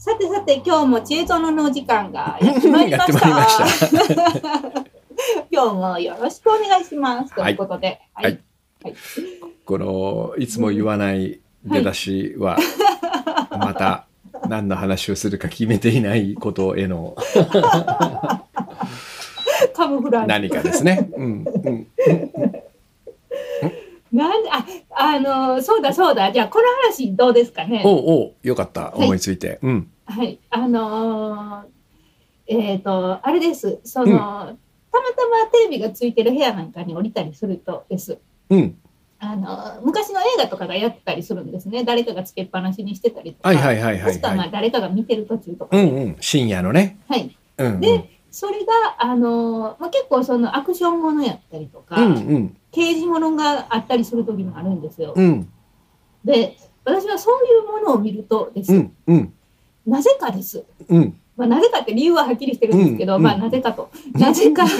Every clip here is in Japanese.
さてさて、今日も知恵園のお時間がやってまいりました。今日もよろしくお願いします。ということで、 はい。このいつも言わない出だしは、また何の話をするか決めていないことへのカムフラージュ何かですね。 そうだそうだ。じゃあこの話どうですかね。 よかった、思いついて。 はい。あれです。たまたまテレビがついてる部屋なんかに降りたりするとです。昔の映画とかがやってたりするんですね。誰かがつけっぱなしにしてたりとか。もしくは誰かが見てる途中とか。 深夜のね。 はい。で、それが結構そのアクションものやったりとか、刑事ものがあったりする時もあるんですよ。で、私はそういうものを見るとです。なぜかです。なぜかって理由ははっきりしてるんですけど、なぜかと。なぜか、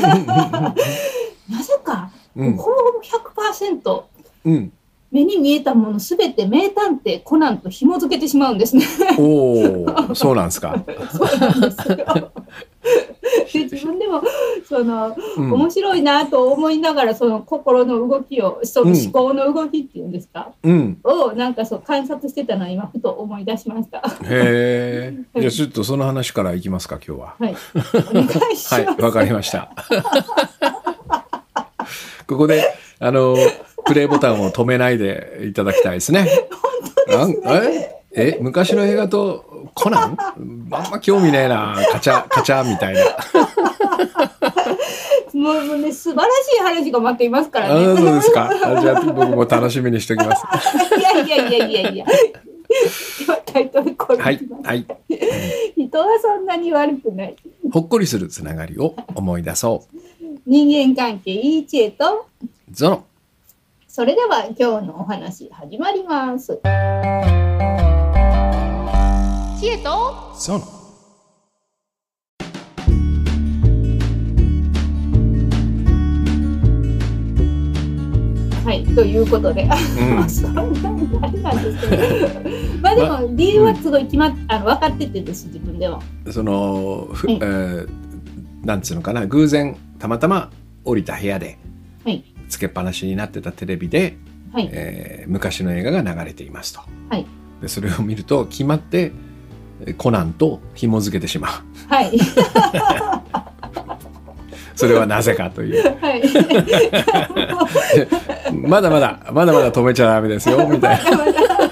ほぼ 100%、目に見えたものすべて名探偵コナンと紐付けてしまうんですね。 そうなんですか。 そうなんですよ。で自分でも面白いなと思いながら、その心の動きを、その思考の動きっていうんですか、をなんか観察してたのは今ふと思い出しました。 へえ。じゃあちょっとその話からいきますか、今日は。 はい。お願いします。 はい、わかりました。ここでプレイボタンを止めないでいただきたいですね。 本当ですね。 昔の映画とコナンあんま興味ねえな、カチャカチャみたいな。 もうね、素晴らしい話が待っていますからね。 そうですか。じゃあ僕も楽しみにしておきます。 いや。タイトルコール。 はい。 人はそんなに悪くない。 ほっこりするつながりを思い出そう。 人間関係いい知恵とゾノ。 それでは今日のお話始まります。知恵とゾノ。 はい、ということで、そんなにあれなんですけど、でも理由はすごい分かっててです、自分では。 なんつうのかな、偶然たまたま降りた部屋で、つけっぱなしになってたテレビで、昔の映画が流れていますと。でそれを見ると決まってコナンと紐付けてしまう。それはなぜかという。まだまだ止めちゃダメですよみたいな。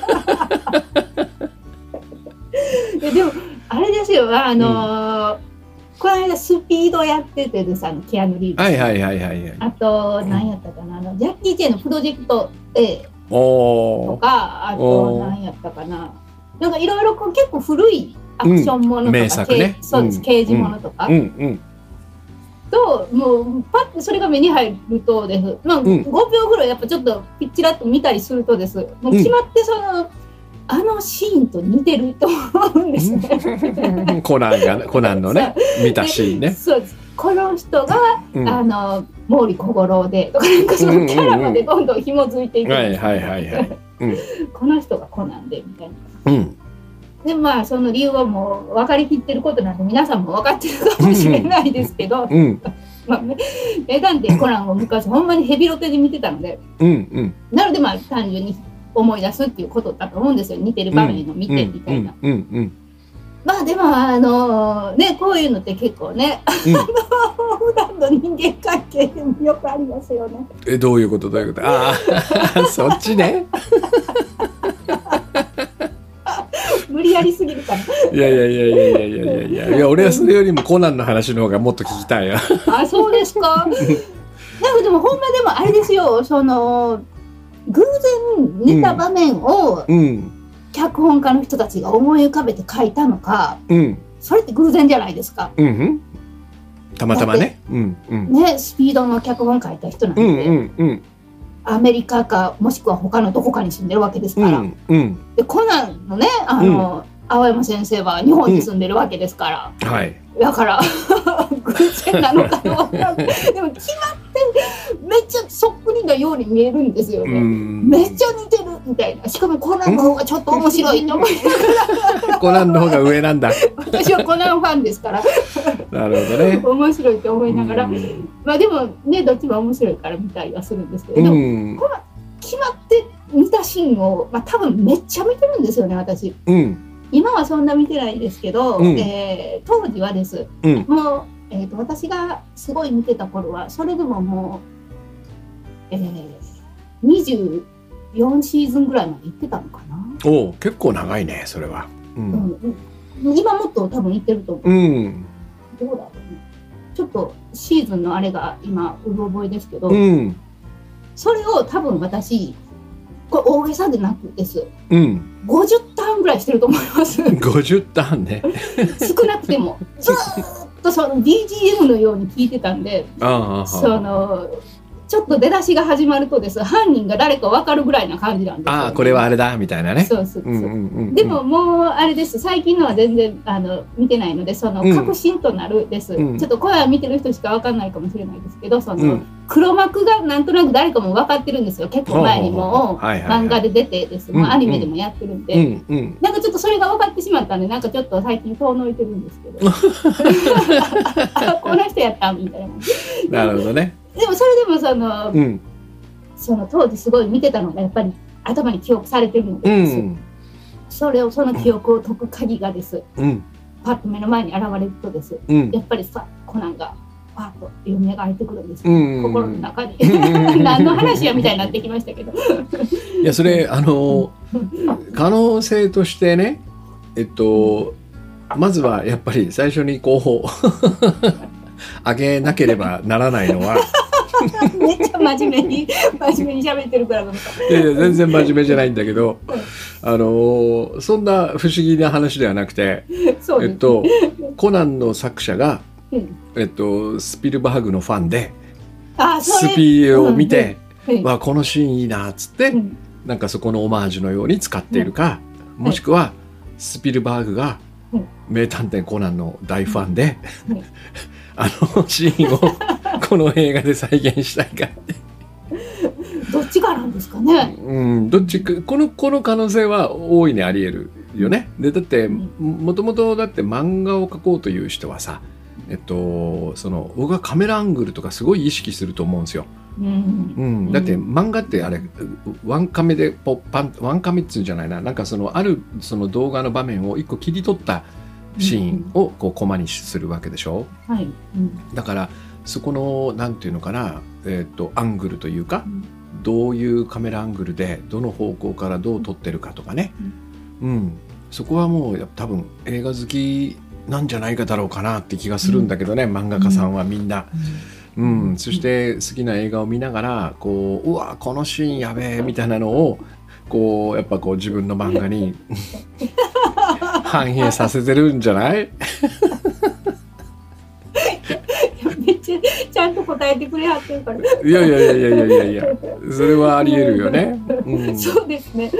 でもあれですよ、この間スピードやっててです、キアヌ・リーブス。あと何やったかな、ジャッキー・チェンのプロジェクト A とか、あと何やったかな、なんかいろいろ結構古いアクションものとか、 名作ね。 そうです、刑事ものとか。ともうパッとそれが目に入るとです、5秒ぐらいやっぱちょっとちらっと見たりするとです、もう決まってあのシーンと似てると思うんですね。 コナンのね、見たシーンね。 そうです。この人が毛利小五郎でとか、なんかそのキャラまでどんどん紐づいていくんですね。この人がコナンでみたいな。でその理由はもう分かりきってることなんで皆さんも分かってるかもしれないですけど、名探偵コナンを昔ほんまにヘビロテで見てたので、なので単純に思い出すっていうことだと思うんですよ。似てる場面を見てみたいな。でもこういうのって結構ね、普段の人間関係でもよくありますよね。 どういうこと？そっちね。 無理やりすぎるかな。 いや、俺はそれよりもコナンの話の方がもっと聞きたいよ。 そうですか。なんかでもほんまでもあれですよ、偶然似た場面を脚本家の人たちが思い浮かべて書いたのか、それって偶然じゃないですか。 たまたまね。 スピードの脚本書いた人なんで、アメリカかもしくは他のどこかに住んでるわけですから。でコナンのね、青山先生は日本に住んでるわけですから、 だから偶然なのかどうかでも決まってめっちゃそっくりなように見えるんですよね。めっちゃ似てるみたいな。しかもコナンの方がちょっと面白いと思いながらコナンの方が上なんだ。 私はコナンファンですからなるほどね。 面白いと思いながら、まあでもねどっちも面白いから見たりはするんですけど、でも決まって見たシーンを、まあ、多分めっちゃ見てるんですよね私。今はそんな見てないですけど、当時はです、もう、私がすごい見てた頃はそれでももう、24シーズンぐらいまで行ってたのかな。 お結構長いねそれは。 今もっと多分行ってると思う。どうだろうね。ちょっとシーズンのあれが今うろ覚えですけど、それを多分私これ大げさでなくです、50ターンぐらいしてると思います。 50ターンね少なくてもずーっとその BGM のように聞いてたんで、そのちょっと出だしが始まるとです犯人が誰か分かるぐらいな感じなんですよ、ね。 ああこれはあれだみたいなね。 そうそうそう。でももうあれです最近のは全然見てないのでその確信となるです、ちょっと声は見てる人しか分かんないかもしれないですけどその、黒幕がなんとなく誰かも分かってるんですよ。結構前にも漫画で出てです、もうアニメでもやってるんで、なんかちょっとそれが分かってしまったんでなんかちょっと最近遠のいてるんですけどこの人やったみたいな。 なるほどね。 でもそれでもその当時すごい見てたのがやっぱり頭に記憶されてるので、その記憶を解く鍵がです、パッと目の前に現れるとです、やっぱりさコナンがパッと蘇ってくるんです、心の中に何の話やみたいになってきましたけどいやそれ可能性としてねまずはやっぱり最初にこうあげなければならないのはめっちゃ真面目に喋ってるからいや全然真面目じゃないんだけどそんな不思議な話ではなくてコナンの作者が、スピルバーグのファンでスピーを見て、わこのシーンいいなっつって、なんかそこのオマージュのように使っているか、もしくはスピルバーグが名探偵コナンの大ファンで、あのシーンをこの映画で再現したいかってどっちがなんですかね。 どっちかこの可能性は大いにあり得るよね。でだってもともとだって漫画を描こうという人はさ、僕はカメラアングルとかすごい意識すると思うんですよ。だって漫画ってあれワンカメでワンカメっつうんじゃないな、なんかあるその動画の場面を一個切り取ったシーンをこうコマにするわけでしょ。だからそこのなんていうのかな、アングルというか、どういうカメラアングルでどの方向からどう撮ってるかとかね、そこはもう多分映画好きなんじゃないかだろうかなって気がするんだけどね、漫画家さんはみんな。そして好きな映画を見ながらこううわこのシーンやべえみたいなのをこうやっぱこう自分の漫画に反映させてるんじゃないめっちゃちゃんと答えてくれはってるから。いやそれはありえるよね。 そうですね。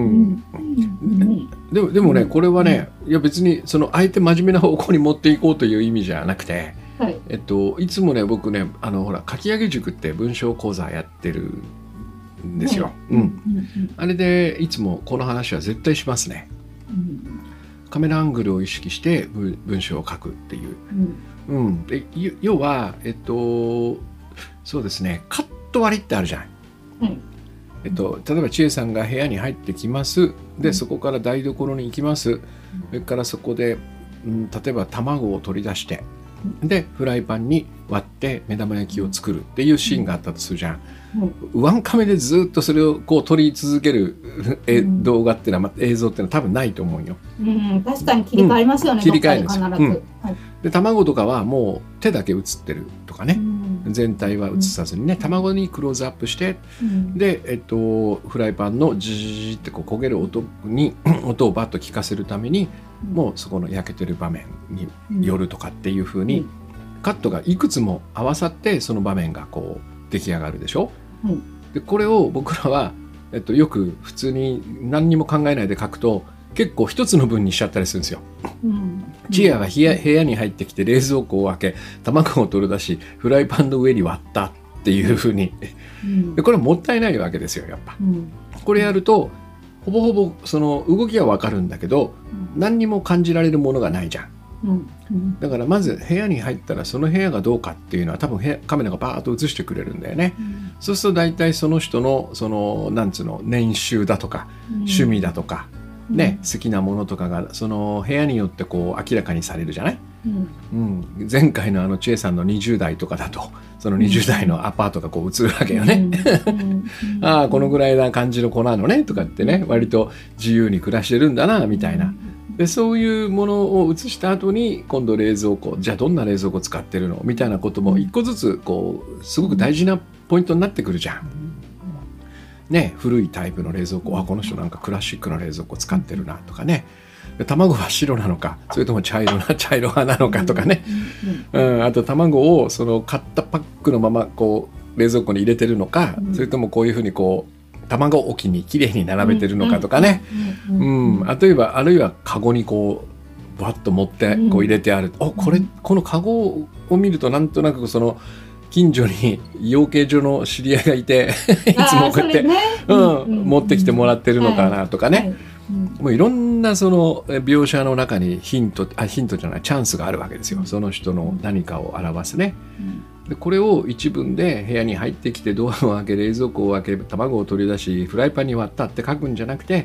でもねこれはね、いや別にあえて真面目な方向に持っていこうという意味じゃなくて、いつもね僕ねほら書き上げ塾って文章講座やってるんですよ。あれでいつもこの話は絶対しますね。カメラアングルを意識して文章を書くっていう。で要はそうですね、カット割りってあるじゃない。例えば千恵さんが部屋に入ってきます。でそこから台所に行きます。それからそこで、例えば卵を取り出してでフライパンに割って目玉焼きを作るっていうシーンがあったとするじゃん。ワンカメでずっとそれをこう撮り続ける動画っていうのは、映像っていうのは多分ないと思うよ。 確かに切り替えますよね。 切り替えるんですよ。で卵とかはもう手だけ映ってるとかね、全体は映さずにね、卵にクローズアップして、で、フライパンのジージーってこう焦げる音をバッと聞かせるために、もうそこの焼けてる場面によるとかっていう風に、カットがいくつも合わさってその場面がこう出来上がるでしょ。でこれを僕らは、よく普通に何にも考えないで書くと結構一つの分にしちゃったりするんですよ。チアが部屋に入ってきて冷蔵庫を開け卵を取り出しフライパンの上に割ったっていうふうにでこれはもったいないわけですよやっぱ。これやるとほぼほぼその動きは分かるんだけど何にも感じられるものがないじゃん。だからまず部屋に入ったらその部屋がどうかっていうのは多分カメラがバーッと映してくれるんだよね。そうすると大体その人のそのなんつうの年収だとか趣味だとかね、好きなものとかがその部屋によってこう明らかにされるじゃない。前回の千恵さんの20代とかだとその20代のアパートがこう映るわけよね。ああこのぐらいな感じの子なのねとかってね割と自由に暮らしてるんだなみたいな。でそういうものを映した後に今度冷蔵庫じゃあどんな冷蔵庫使ってるのみたいなことも一個ずつこうすごく大事なポイントになってくるじゃん。ね、古いタイプの冷蔵庫この人なんかクラシックな冷蔵庫使ってるなとかね卵は白なのかそれとも茶色派なのかとかね、あと卵をその買ったパックのままこう冷蔵庫に入れてるのかそれともこういうふうにこう卵置きにきれいに並べてるのかとかね、あるいはカゴにこうバッと持ってこう入れてある、このカゴを見るとなんとなくその近所に養鶏場の知り合いがいていつもこうやって、持ってきてもらってるのかなとかね、もういろんなその描写の中にヒントじゃないチャンスがあるわけですよ。その人の何かを表すね。でこれを一文で部屋に入ってきてドアを開け冷蔵庫を開け卵を取り出しフライパンに割ったって書くんじゃなくて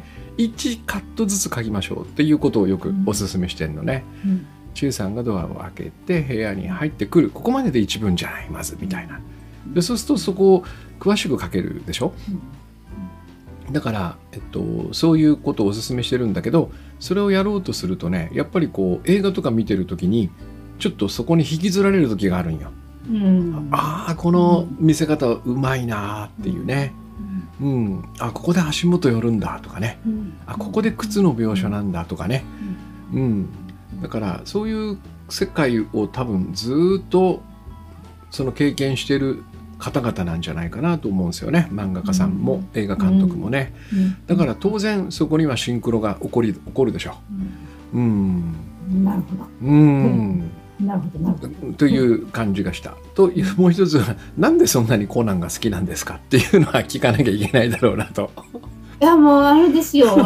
1カットずつ書きましょうっていうことをよくおすすめしてるのね。チューさんがドアを開けて部屋に入ってくるここまでで一文じゃないまずみたいな。でそうするとそこを詳しく書けるでしょ。だから、そういうことをおすすめしてるんだけどそれをやろうとするとねやっぱりこう映画とか見てる時にちょっとそこに引きずられる時があるんよ。この見せ方うまいなっていうね。ここで足元寄るんだとかね、ここで靴の描写なんだとかね。だからそういう世界を多分ずっとその経験している方々なんじゃないかなと思うんですよね。漫画家さんも映画監督もね。だから当然そこにはシンクロが起こるでしょう。 なるほど。なるほどという感じがしたというもう一つなんでそんなにコナンが好きなんですかっていうのは聞かなきゃいけないだろうなと。 いやもうあれですよ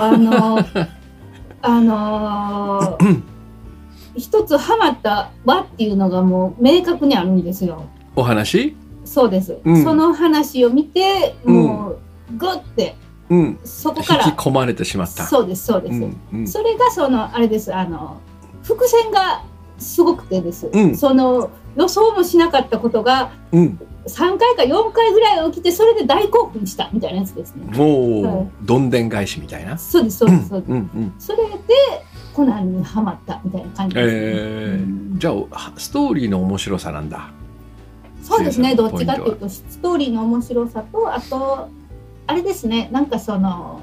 一つハマった輪っていうのがもう明確にあるんですよ。 お話？ そうです、その話を見てもうグッて、そこから引き込まれてしまった。 そうです、それがそのあれです伏線がすごくてです、その予想もしなかったことが3回か4回ぐらい起きてそれで大興奮したみたいなやつですね。 どんでん返しみたいな。 そうです。それでコナンにハマったみたいな感じです、 じゃあストーリーの面白さなんだ。 そうですね。どっちかというとストーリーの面白さとあとあれですね。なんかその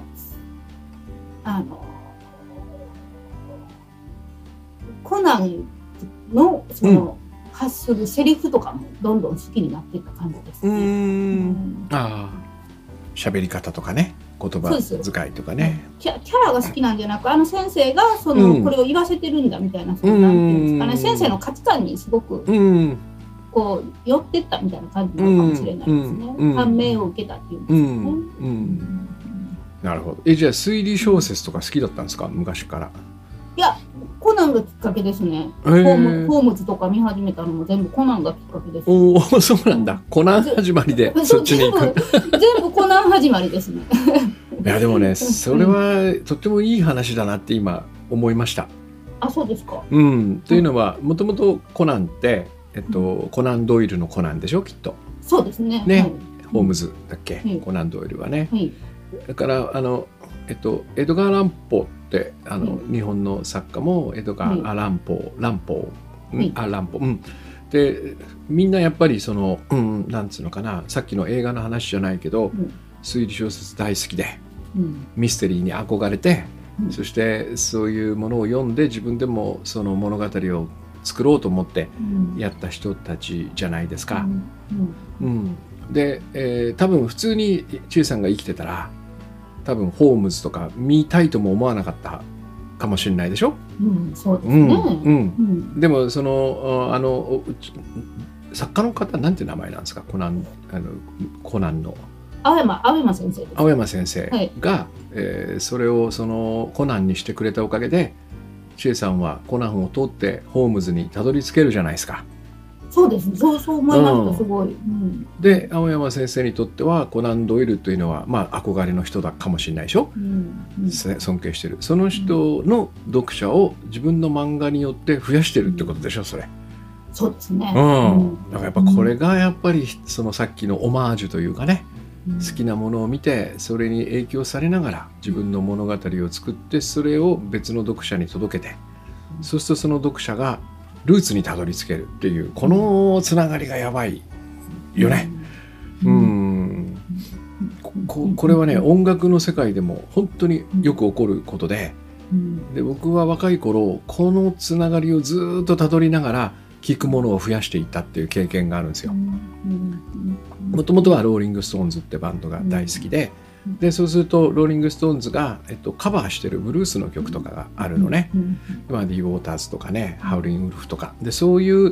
コナンのその、発するセリフとかもどんどん好きになっていった感じですね。 喋り方とかね、言葉遣いとかね。 キャラが好きなんじゃなく、先生がその、これを言わせてるんだみたいな、そのなんていうんですかね、先生の価値観にすごく、こう寄ってったみたいな感じなのかもしれないですね。感銘を受けたっていうんですかね。 なるほど。じゃあ推理小説とか好きだったんですか、昔から。 いや、コナンがきっかけですね。ホームズとか見始めたのも全部コナンがきっかけです。 おお、そうなんだ。コナン始まりでそっちに行く。 全部コナン始まりですね。 いやでもね、それはとってもいい話だなって今思いました。 あ、そうですか。 というのはもともとコナンってコナンドイルのコナンでしょ、きっと。 そうですね。 ホームズだっけ、コナンドイルはね。だからエドガー・ランポーって日本の作家もエドガー・ランポーでみんなやっぱりその、なんつうのかな、さっきの映画の話じゃないけど、推理小説大好きで、ミステリーに憧れて、そしてそういうものを読んで自分でもその物語を作ろうと思ってやった人たちじゃないですか。で、多分普通にチューさんが生きてたら多分ホームズとか見たいとも思わなかったかもしれないでしょ。 そうですね。 でもその作家の方なんて名前なんですか、コナンの青山先生です。 青山先生が、それをそのコナンにしてくれたおかげで、千恵さんはコナンを通ってホームズにたどり着けるじゃないですか。 そうですね。そう思います。すごい。 で、青山先生にとってはコナン・ドイルというのは、まあ、憧れの人だかもしれないでしょ。尊敬してる。その人の読者を自分の漫画によって増やしてるってことでしょ、それ。 そうですね。 だからやっぱこれがやっぱりそのさっきのオマージュというかね、好きなものを見てそれに影響されながら自分の物語を作って、それを別の読者に届けて、そうするとその読者がルーツにたどり着けるっていう、このつながりがやばいよね。これはね、音楽の世界でも本当によく起こることで、僕は若い頃このつながりをずっとたどりながら聴くものを増やしていったっていう経験があるんですよ。もともとはローリング・ストーンズってバンドが大好きで、そうするとローリング・ストーンズが、カバーしてるブルースの曲とかがあるのね。ディー・ウォーターズとかね、ハウリング・ウルフとかで、そういう、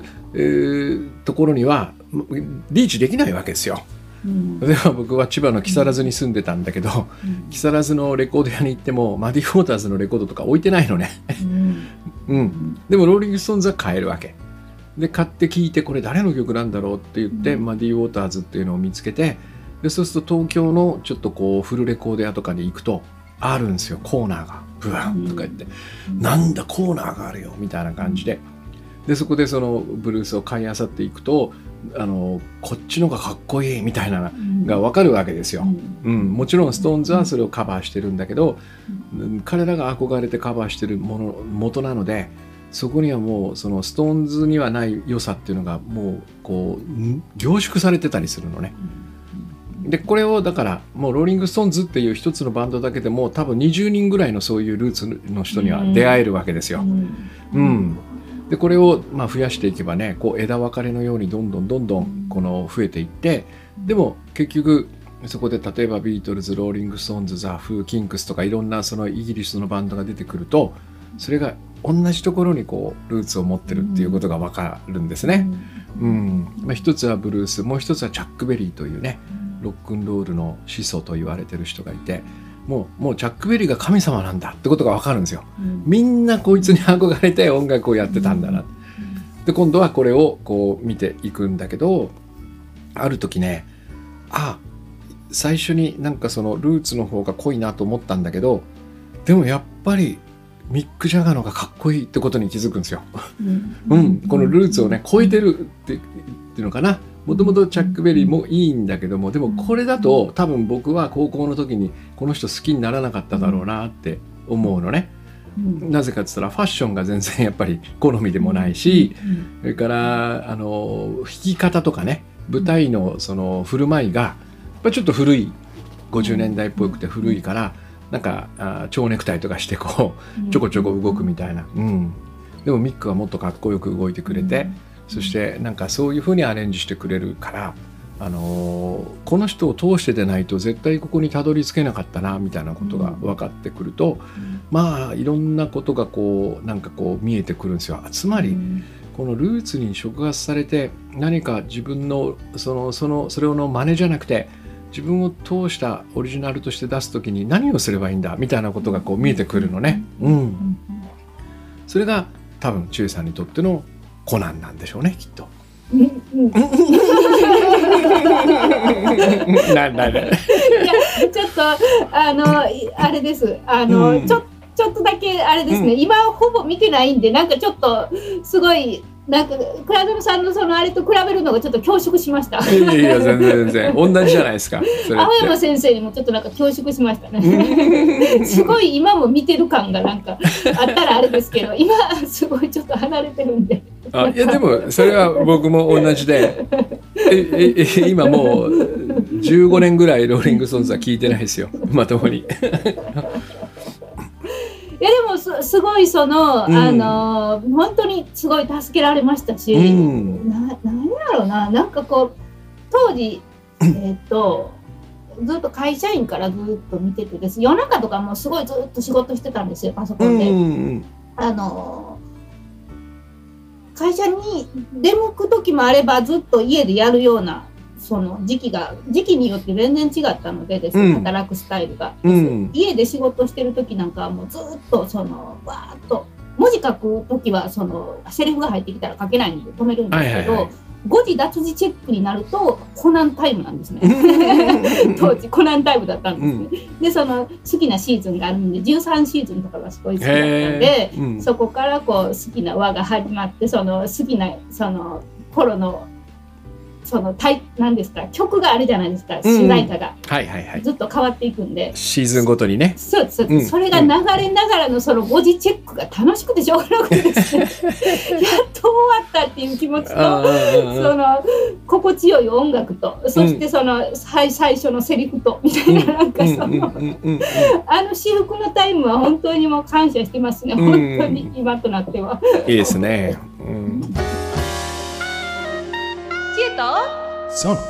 ところにはリーチできないわけですよ。では僕は千葉の木更津に住んでたんだけど、木更津のレコード屋に行ってもマディ・ウォーターズのレコードとか置いてないのね。でもローリング・ストーンズは買えるわけで、買って聴いて、これ誰の曲なんだろうって言って、マディ・ウォーターズっていうのを見つけて、でそうすると東京のちょっとこうフルレコード屋とかに行くとあるんですよ、コーナーがブワンとか言って、なんだコーナーがあるよみたいな感じで、そこでそのブルースを買い漁っていくと、こっちのがかっこいいみたいなのが分かるわけですよ。もちろんストーンズはそれをカバーしてるんだけど、彼らが憧れてカバーしてる元なので、そこにはもうそのストーンズにはない良さっていうのがもうこう凝縮されてたりするのね。でこれをだからもうローリング・ストーンズっていう一つのバンドだけでも多分20人ぐらいのそういうルーツの人には出会えるわけですよ。でこれをまあ増やしていけばね、こう枝分かれのようにどんどんこの増えていって、でも結局そこで例えばビートルズ、ローリング・ストーンズ、ザ・フー、キンクスとかいろんなそのイギリスのバンドが出てくると、それが同じところにこうルーツを持ってるっていうことが分かるんですね。一つはブルース、もう一つはチャック・ベリーというね、ロックンロールの始祖と言われてる人がいて、もうチャック・ベリーが神様なんだってことが分かるんですよ。みんなこいつに憧れて音楽をやってたんだな。で今度はこれをこう見ていくんだけど、ある時ね、最初になんかそのルーツの方が濃いなと思ったんだけど、でもやっぱりミック・ジャガーの方がかっこいいってことに気づくんですよ。このルーツをね超えてるっていうのかな。もともとチャック・ベリーもいいんだけども、でもこれだと多分僕は高校の時にこの人好きにならなかっただろうなって思うのね。なぜかって言ったらファッションが全然やっぱり好みでもないし、それから弾き方とかね、舞台のその振る舞いがやっぱちょっと古い、50年代っぽくて古いから、なんか蝶ネクタイとかしてこうちょこちょこ動くみたいな。でもミックはもっとかっこよく動いてくれて、そしてなんかそういう風にアレンジしてくれるから、この人を通してでないと絶対ここにたどり着けなかったなみたいなことが分かってくると、まあいろんなことがこうなんかこう見えてくるんですよ。つまりこのルーツに触発されて、何か自分のそれの真似じゃなくて、自分を通したオリジナルとして出すときに何をすればいいんだみたいなことがこう見えてくるのね。それが多分千恵さんにとってのコナンなんでしょうね、きっと。いやちょっとあれです、ちょっとだけあれですね、今ほぼ見てないんで、なんかちょっとすごいなんか倉園さんのそのあれと比べるのがちょっと恐縮しました。 いや全然同じじゃないですか。 青山先生にもちょっとなんか恐縮しましたね。すごい今も見てる感がなんかあったらあれですけど、今すごいちょっと離れてるんで。 いやでもそれは僕も同じで、今もう15年ぐらいローリング・ストーンズは聞いてないですよ、まともに。 いやでもすごいその、本当にすごい助けられましたし、何やろうな、なんかこう当時ずっと会社員からずっと見ててです。夜中とかもすごいずっと仕事してたんですよ、パソコンで。会社に出向く時もあれば、ずっと家でやるようなその時期によって全然違ったのでですね、働くスタイルが、家で仕事してる時なんかはもうずっとそのわーっと文字書く時はそのセリフが入ってきたら書けないんで止めるんですけど、誤字脱字チェックになるとコナンタイムなんですね。当時コナンタイムだったんですね。でその好きなシーズンがあるんで13シーズンとかがすごい好きだったんで、そこからこう好きな輪が始まって、その好きなその頃のその何ですか、曲があるじゃないですか、主題歌がずっと変わっていくんで、 シーズンごとにね。 そうです、それが流れながらのその文字チェックが楽しくてしょうがなくてですねやっと終わったっていう気持ちと、その心地よい音楽と、そしてその最初のセリフとみたいな、なんかその至福のタイムは本当にもう感謝してますね、本当に今となっては。 いいですね。 知恵とソン。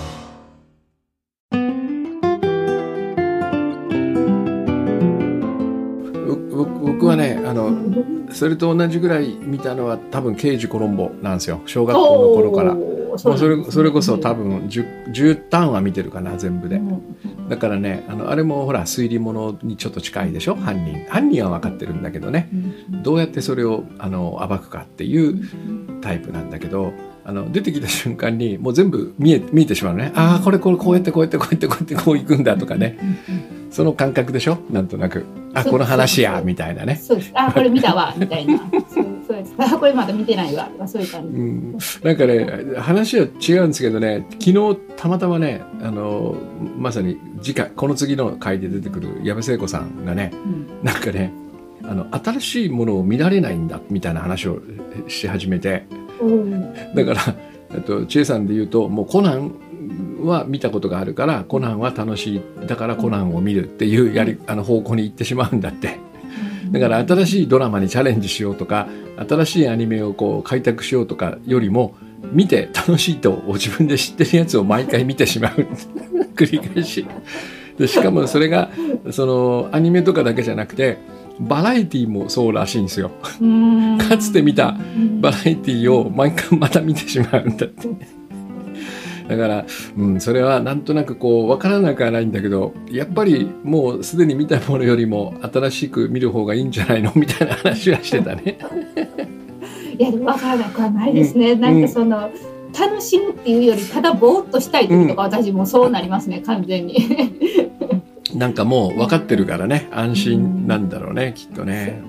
僕はね、それと同じぐらい見たのは多分刑事コロンボなんですよ、小学校の頃から。それこそ多分 10ターンは見てるかな、全部で。だからね、あれもほら推理物にちょっと近いでしょ。犯人は分かってるんだけどね、どうやってそれを暴くかっていうタイプなんだけど、出てきた瞬間にもう全部見えてしまうね。ああ、これこうやってこう行くんだとかね、その感覚でしょ、なんとなく。あ、この話やみたいなね。 そうです。あ、これ見たわみたいな。そうです。あ、これまだ見てないわとか、そういう感じ。 なんかね、話は違うんですけどね、昨日たまたまね、まさにこの次の回で出てくる矢部聖子さんがね、なんかね、新しいものを見られないんだみたいな話をし始めて、だから千恵さんで言うと、もうコナンは見たことがあるからコナンは楽しい、だからコナンを見るっていう方向に行ってしまうんだって。だから新しいドラマにチャレンジしようとか、新しいアニメをこう開拓しようとかよりも、見て楽しいと自分で知ってるやつを毎回見てしまう繰り返しで、しかもそれがそのアニメとかだけじゃなくてバラエティもそうらしいんですよ。かつて見たバラエティを毎回また見てしまうんだって。だから、それはなんとなくこう分からなくはないんだけど、やっぱりもうすでに見たものよりも新しく見る方がいいんじゃないのみたいな話はしてたね。 いや、でも分からなくはないですね。なんかその楽しむっていうよりただぼーっとしたい時とか、私もそうなりますね、完全に。 なんかもう分かってるからね、安心なんだろうね、きっとね。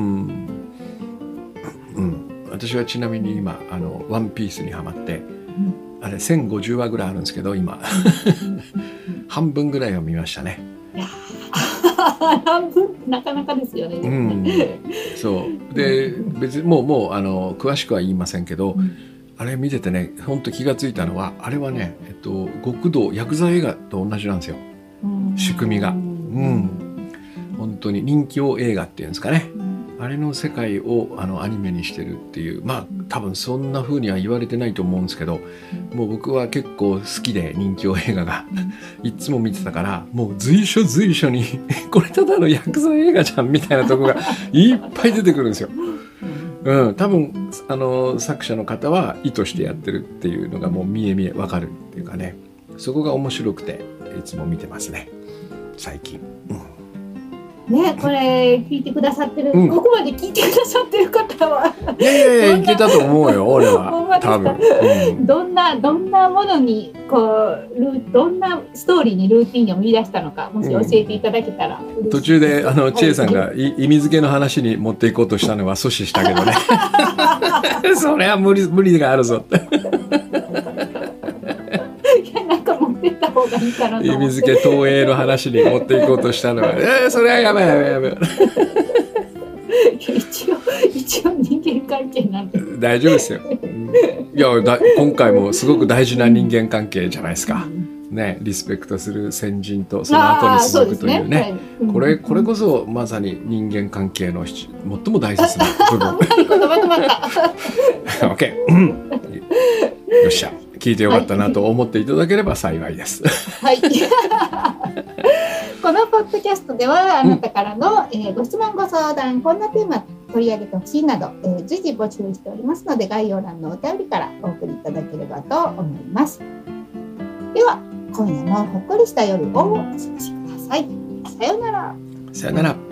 私はちなみに今ワンピースにハマって、あれ1050話ぐらいあるんですけど、今半分ぐらいを見ましたね。 いや半分なかなかですよね。 そうで、別にもう詳しくは言いませんけど、あれ見ててね、本当気がついたのは、あれはね、極道ヤクザ映画と同じなんですよ、仕組みが。本当に人気映画っていうんですかね、あれの世界をアニメにしてるっていう、まあ多分そんな風には言われてないと思うんですけど、もう僕は結構好きで、人気映画がいつも見てたから、もう随所にこれただのヤクザ映画じゃんみたいなとこがいっぱい出てくるんですよ。多分作者の方は意図してやってるっていうのがもう見えわかるっていうかね、そこが面白くていつも見てますね、最近。 ね、これ聞いてくださってる、ここまで聞いてくださってる方は、 いやいけたと思うよ、俺は多分。 どんなものにどんなストーリーにルーティンを見出したのか、もし教えていただけたら。 途中で千恵さんが意味付けの話に持っていこうとしたのは阻止したけどね。それは無理があるぞって。意味付け投影の話に持っていこうとしたのは、それはやめ。 一応人間関係なんて大丈夫ですよ。いや今回もすごく大事な人間関係じゃないですか。ね、リスペクトする先人とその後に続くというね。これこそまさに人間関係の最も大切な部分。 まとまった。 OK。よっしゃ。 聞いてよかったなと思っていただければ幸いです。 はい。このポッドキャストではあなたからの、ご質問ご相談、こんなテーマ取り上げてほしいなど、随時募集しておりますので、概要欄のお便りからお送りいただければと思います。では今夜もほっこりした夜をお過ごしください。さようなら。 さようなら。